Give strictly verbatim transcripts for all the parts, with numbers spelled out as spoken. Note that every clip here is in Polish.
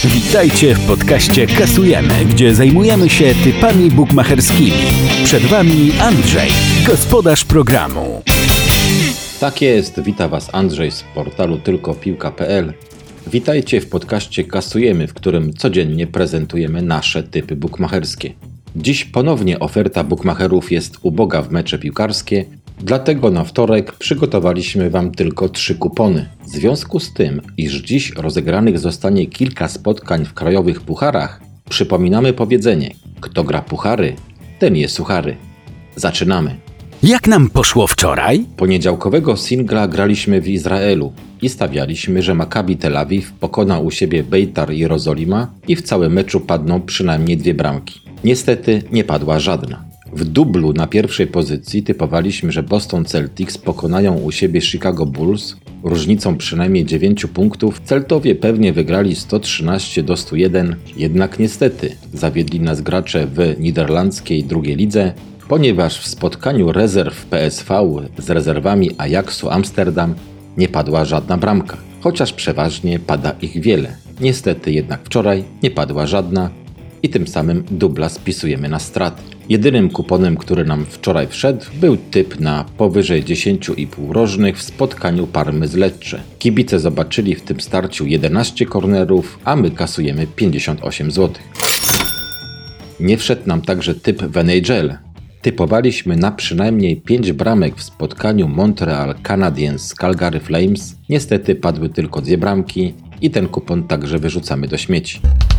Witajcie w podcaście Kasujemy, gdzie zajmujemy się typami bukmacherskimi. Przed Wami Andrzej, gospodarz programu. Tak jest, wita Was Andrzej z portalu tylko piłka kropka pe el. Witajcie w podcaście Kasujemy, w którym codziennie prezentujemy nasze typy bukmacherskie. Dziś ponownie oferta bukmacherów jest uboga w mecze piłkarskie, dlatego na wtorek przygotowaliśmy Wam tylko trzy kupony. W związku z tym, iż dziś rozegranych zostanie kilka spotkań w krajowych pucharach, przypominamy powiedzenie: kto gra puchary, ten je suchary. Zaczynamy! Jak nam poszło wczoraj? Poniedziałkowego singla graliśmy w Izraelu i stawialiśmy, że Maccabi Tel Awiw pokona u siebie Beitar Jerozolima i w całym meczu padną przynajmniej dwie bramki. Niestety nie padła żadna. W dublu na pierwszej pozycji typowaliśmy, że Boston Celtics pokonają u siebie Chicago Bulls różnicą przynajmniej dziewięciu punktów. Celtowie pewnie wygrali sto trzynaście do stu jeden, jednak niestety zawiedli nas gracze w niderlandzkiej drugiej lidze, ponieważ w spotkaniu rezerw P S V z rezerwami Ajaxu Amsterdam nie padła żadna bramka, chociaż przeważnie pada ich wiele. Niestety jednak wczoraj nie padła żadna i tym samym dubla spisujemy na straty. Jedynym kuponem, który nam wczoraj wszedł, był typ na powyżej dziesięć i pół rożnych w spotkaniu Parmy z Lecce. Kibice zobaczyli w tym starciu jedenaście kornerów, a my kasujemy pięćdziesiąt osiem złotych. Nie wszedł nam także typ w N H L. Typowaliśmy na przynajmniej pięć bramek w spotkaniu Montreal Canadiens z Calgary Flames. Niestety padły tylko dwie bramki i ten kupon także wyrzucamy do śmieci.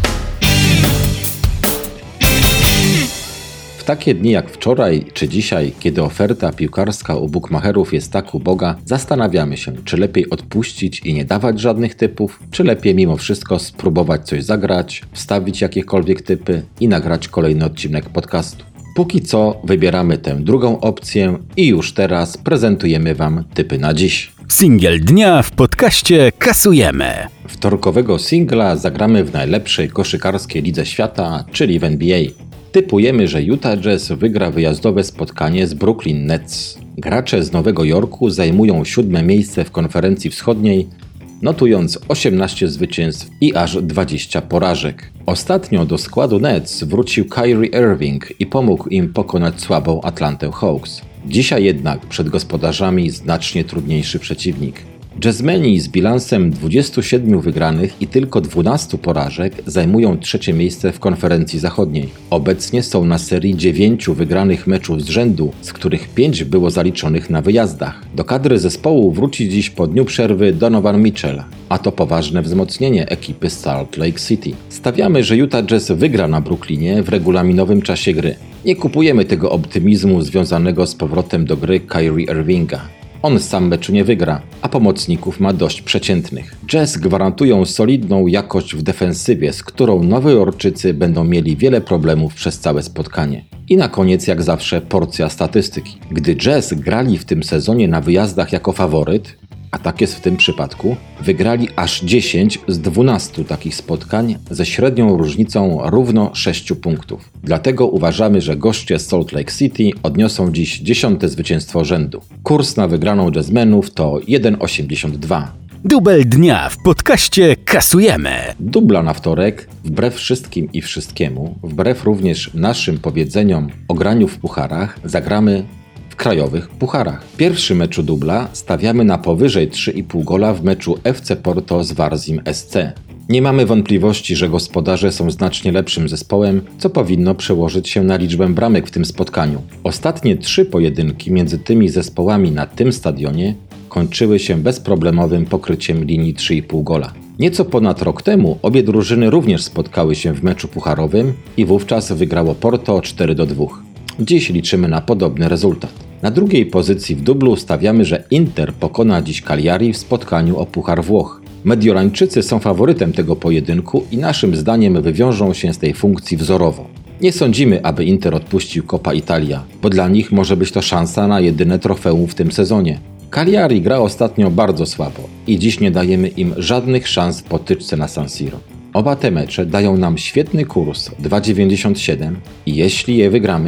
W takie dni jak wczoraj czy dzisiaj, kiedy oferta piłkarska u bukmacherów jest tak uboga, zastanawiamy się, czy lepiej odpuścić i nie dawać żadnych typów, czy lepiej mimo wszystko spróbować coś zagrać, wstawić jakiekolwiek typy i nagrać kolejny odcinek podcastu. Póki co wybieramy tę drugą opcję i już teraz prezentujemy Wam typy na dziś. Singiel dnia w podcaście Kasujemy. Wtorkowego singla zagramy w najlepszej koszykarskiej lidze świata, czyli w N B A. Typujemy, że Utah Jazz wygra wyjazdowe spotkanie z Brooklyn Nets. Gracze z Nowego Jorku zajmują siódme miejsce w konferencji wschodniej, notując osiemnaście zwycięstw i aż dwadzieścia porażek. Ostatnio do składu Nets wrócił Kyrie Irving i pomógł im pokonać słabą Atlantę Hawks. Dzisiaj jednak przed gospodarzami znacznie trudniejszy przeciwnik. Jazzmeni z bilansem dwudziestu siedmiu wygranych i tylko dwunastu porażek zajmują trzecie miejsce w konferencji zachodniej. Obecnie są na serii dziewięciu wygranych meczów z rzędu, z których pięć było zaliczonych na wyjazdach. Do kadry zespołu wróci dziś po dniu przerwy Donovan Mitchell, a to poważne wzmocnienie ekipy Salt Lake City. Stawiamy, że Utah Jazz wygra na Brooklynie w regulaminowym czasie gry. Nie kupujemy tego optymizmu związanego z powrotem do gry Kyrie Irvinga. On sam meczu nie wygra, a pomocników ma dość przeciętnych. Jazz gwarantują solidną jakość w defensywie, z którą Nowojorczycy będą mieli wiele problemów przez całe spotkanie. I na koniec, jak zawsze, porcja statystyki. Gdy Jazz grali w tym sezonie na wyjazdach jako faworyt, a tak jest w tym przypadku, wygrali aż dziesięć z dwunastu takich spotkań ze średnią różnicą równo sześciu punktów. Dlatego uważamy, że goście z Salt Lake City odniosą dziś dziesiąte zwycięstwo rzędu. Kurs na wygraną Jazzmenów to jeden osiemdziesiąt dwa. Dubel dnia w podcaście Kasujemy. Dubla na wtorek, wbrew wszystkim i wszystkiemu, wbrew również naszym powiedzeniom o graniu w pucharach, zagramy w krajowych pucharach. W pierwszym meczu dubla stawiamy na powyżej trzy i pół gola w meczu F C Porto z Varzim S C. Nie mamy wątpliwości, że gospodarze są znacznie lepszym zespołem, co powinno przełożyć się na liczbę bramek w tym spotkaniu. Ostatnie trzy pojedynki między tymi zespołami na tym stadionie kończyły się bezproblemowym pokryciem linii trzy i pół gola. Nieco ponad rok temu obie drużyny również spotkały się w meczu pucharowym i wówczas wygrało Porto cztery do dwóch. Dziś liczymy na podobny rezultat. Na drugiej pozycji w dublu stawiamy, że Inter pokona dziś Cagliari w spotkaniu o Puchar Włoch. Mediorańczycy są faworytem tego pojedynku i naszym zdaniem wywiążą się z tej funkcji wzorowo. Nie sądzimy, aby Inter odpuścił Coppa Italia, bo dla nich może być to szansa na jedyne trofeum w tym sezonie. Cagliari gra ostatnio bardzo słabo i dziś nie dajemy im żadnych szans w potyczce na San Siro. Oba te mecze dają nam świetny kurs dwa dziewięćdziesiąt siedem i jeśli je wygramy,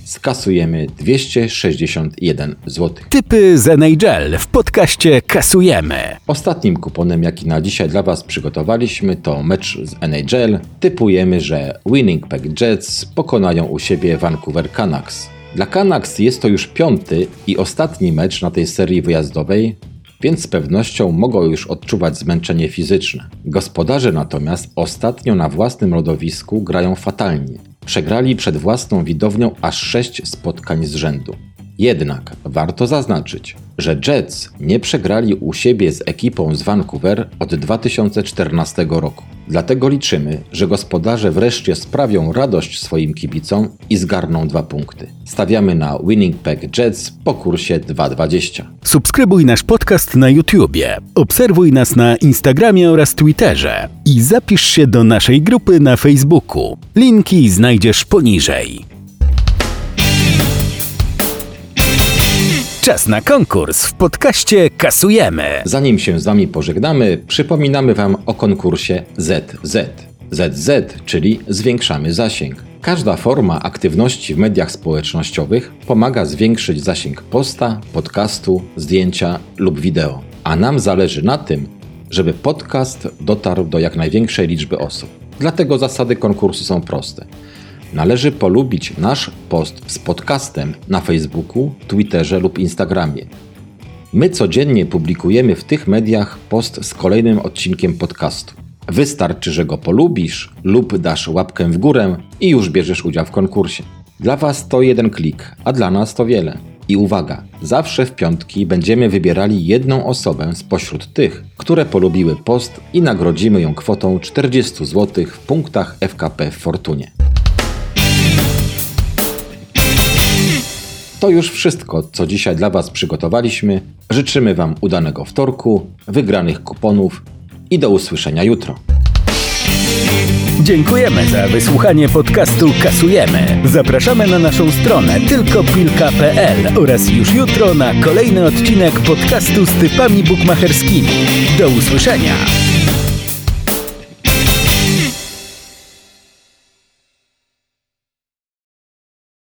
skasujemy dwieście sześćdziesiąt jeden złotych. Typy z N H L w podcaście Kasujemy. Ostatnim kuponem, jaki na dzisiaj dla Was przygotowaliśmy, to mecz z N H L. Typujemy, że Winnipeg Jets pokonają u siebie Vancouver Canucks. Dla Canucks jest to już piąty i ostatni mecz na tej serii wyjazdowej, więc z pewnością mogą już odczuwać zmęczenie fizyczne. Gospodarze natomiast ostatnio na własnym lodowisku grają fatalnie. Przegrali przed własną widownią aż sześć spotkań z rzędu. Jednak warto zaznaczyć, że Jets nie przegrali u siebie z ekipą z Vancouver od dwa tysiące czternastego roku. Dlatego liczymy, że gospodarze wreszcie sprawią radość swoim kibicom i zgarną dwa punkty. Stawiamy na Winnipeg Jets po kursie dwa dwadzieścia. Subskrybuj nasz podcast na YouTubie, obserwuj nas na Instagramie oraz Twitterze i zapisz się do naszej grupy na Facebooku. Linki znajdziesz poniżej. Czas na konkurs w podcaście Kasujemy. Zanim się z Wami pożegnamy, przypominamy Wam o konkursie Z Z. Z Z, czyli zwiększamy zasięg. Każda forma aktywności w mediach społecznościowych pomaga zwiększyć zasięg posta, podcastu, zdjęcia lub wideo. A nam zależy na tym, żeby podcast dotarł do jak największej liczby osób. Dlatego zasady konkursu są proste. Należy polubić nasz post z podcastem na Facebooku, Twitterze lub Instagramie. My codziennie publikujemy w tych mediach post z kolejnym odcinkiem podcastu. Wystarczy, że go polubisz lub dasz łapkę w górę i już bierzesz udział w konkursie. Dla Was to jeden klik, a dla nas to wiele. I uwaga, zawsze w piątki będziemy wybierali jedną osobę spośród tych, które polubiły post i nagrodzimy ją kwotą czterdzieści złotych w punktach F K P w Fortunie. To już wszystko, co dzisiaj dla Was przygotowaliśmy. Życzymy Wam udanego wtorku, wygranych kuponów i do usłyszenia jutro. Dziękujemy za wysłuchanie podcastu Kasujemy. Zapraszamy na naszą stronę tylkopilka kropka p l oraz już jutro na kolejny odcinek podcastu z typami bukmacherskimi. Do usłyszenia!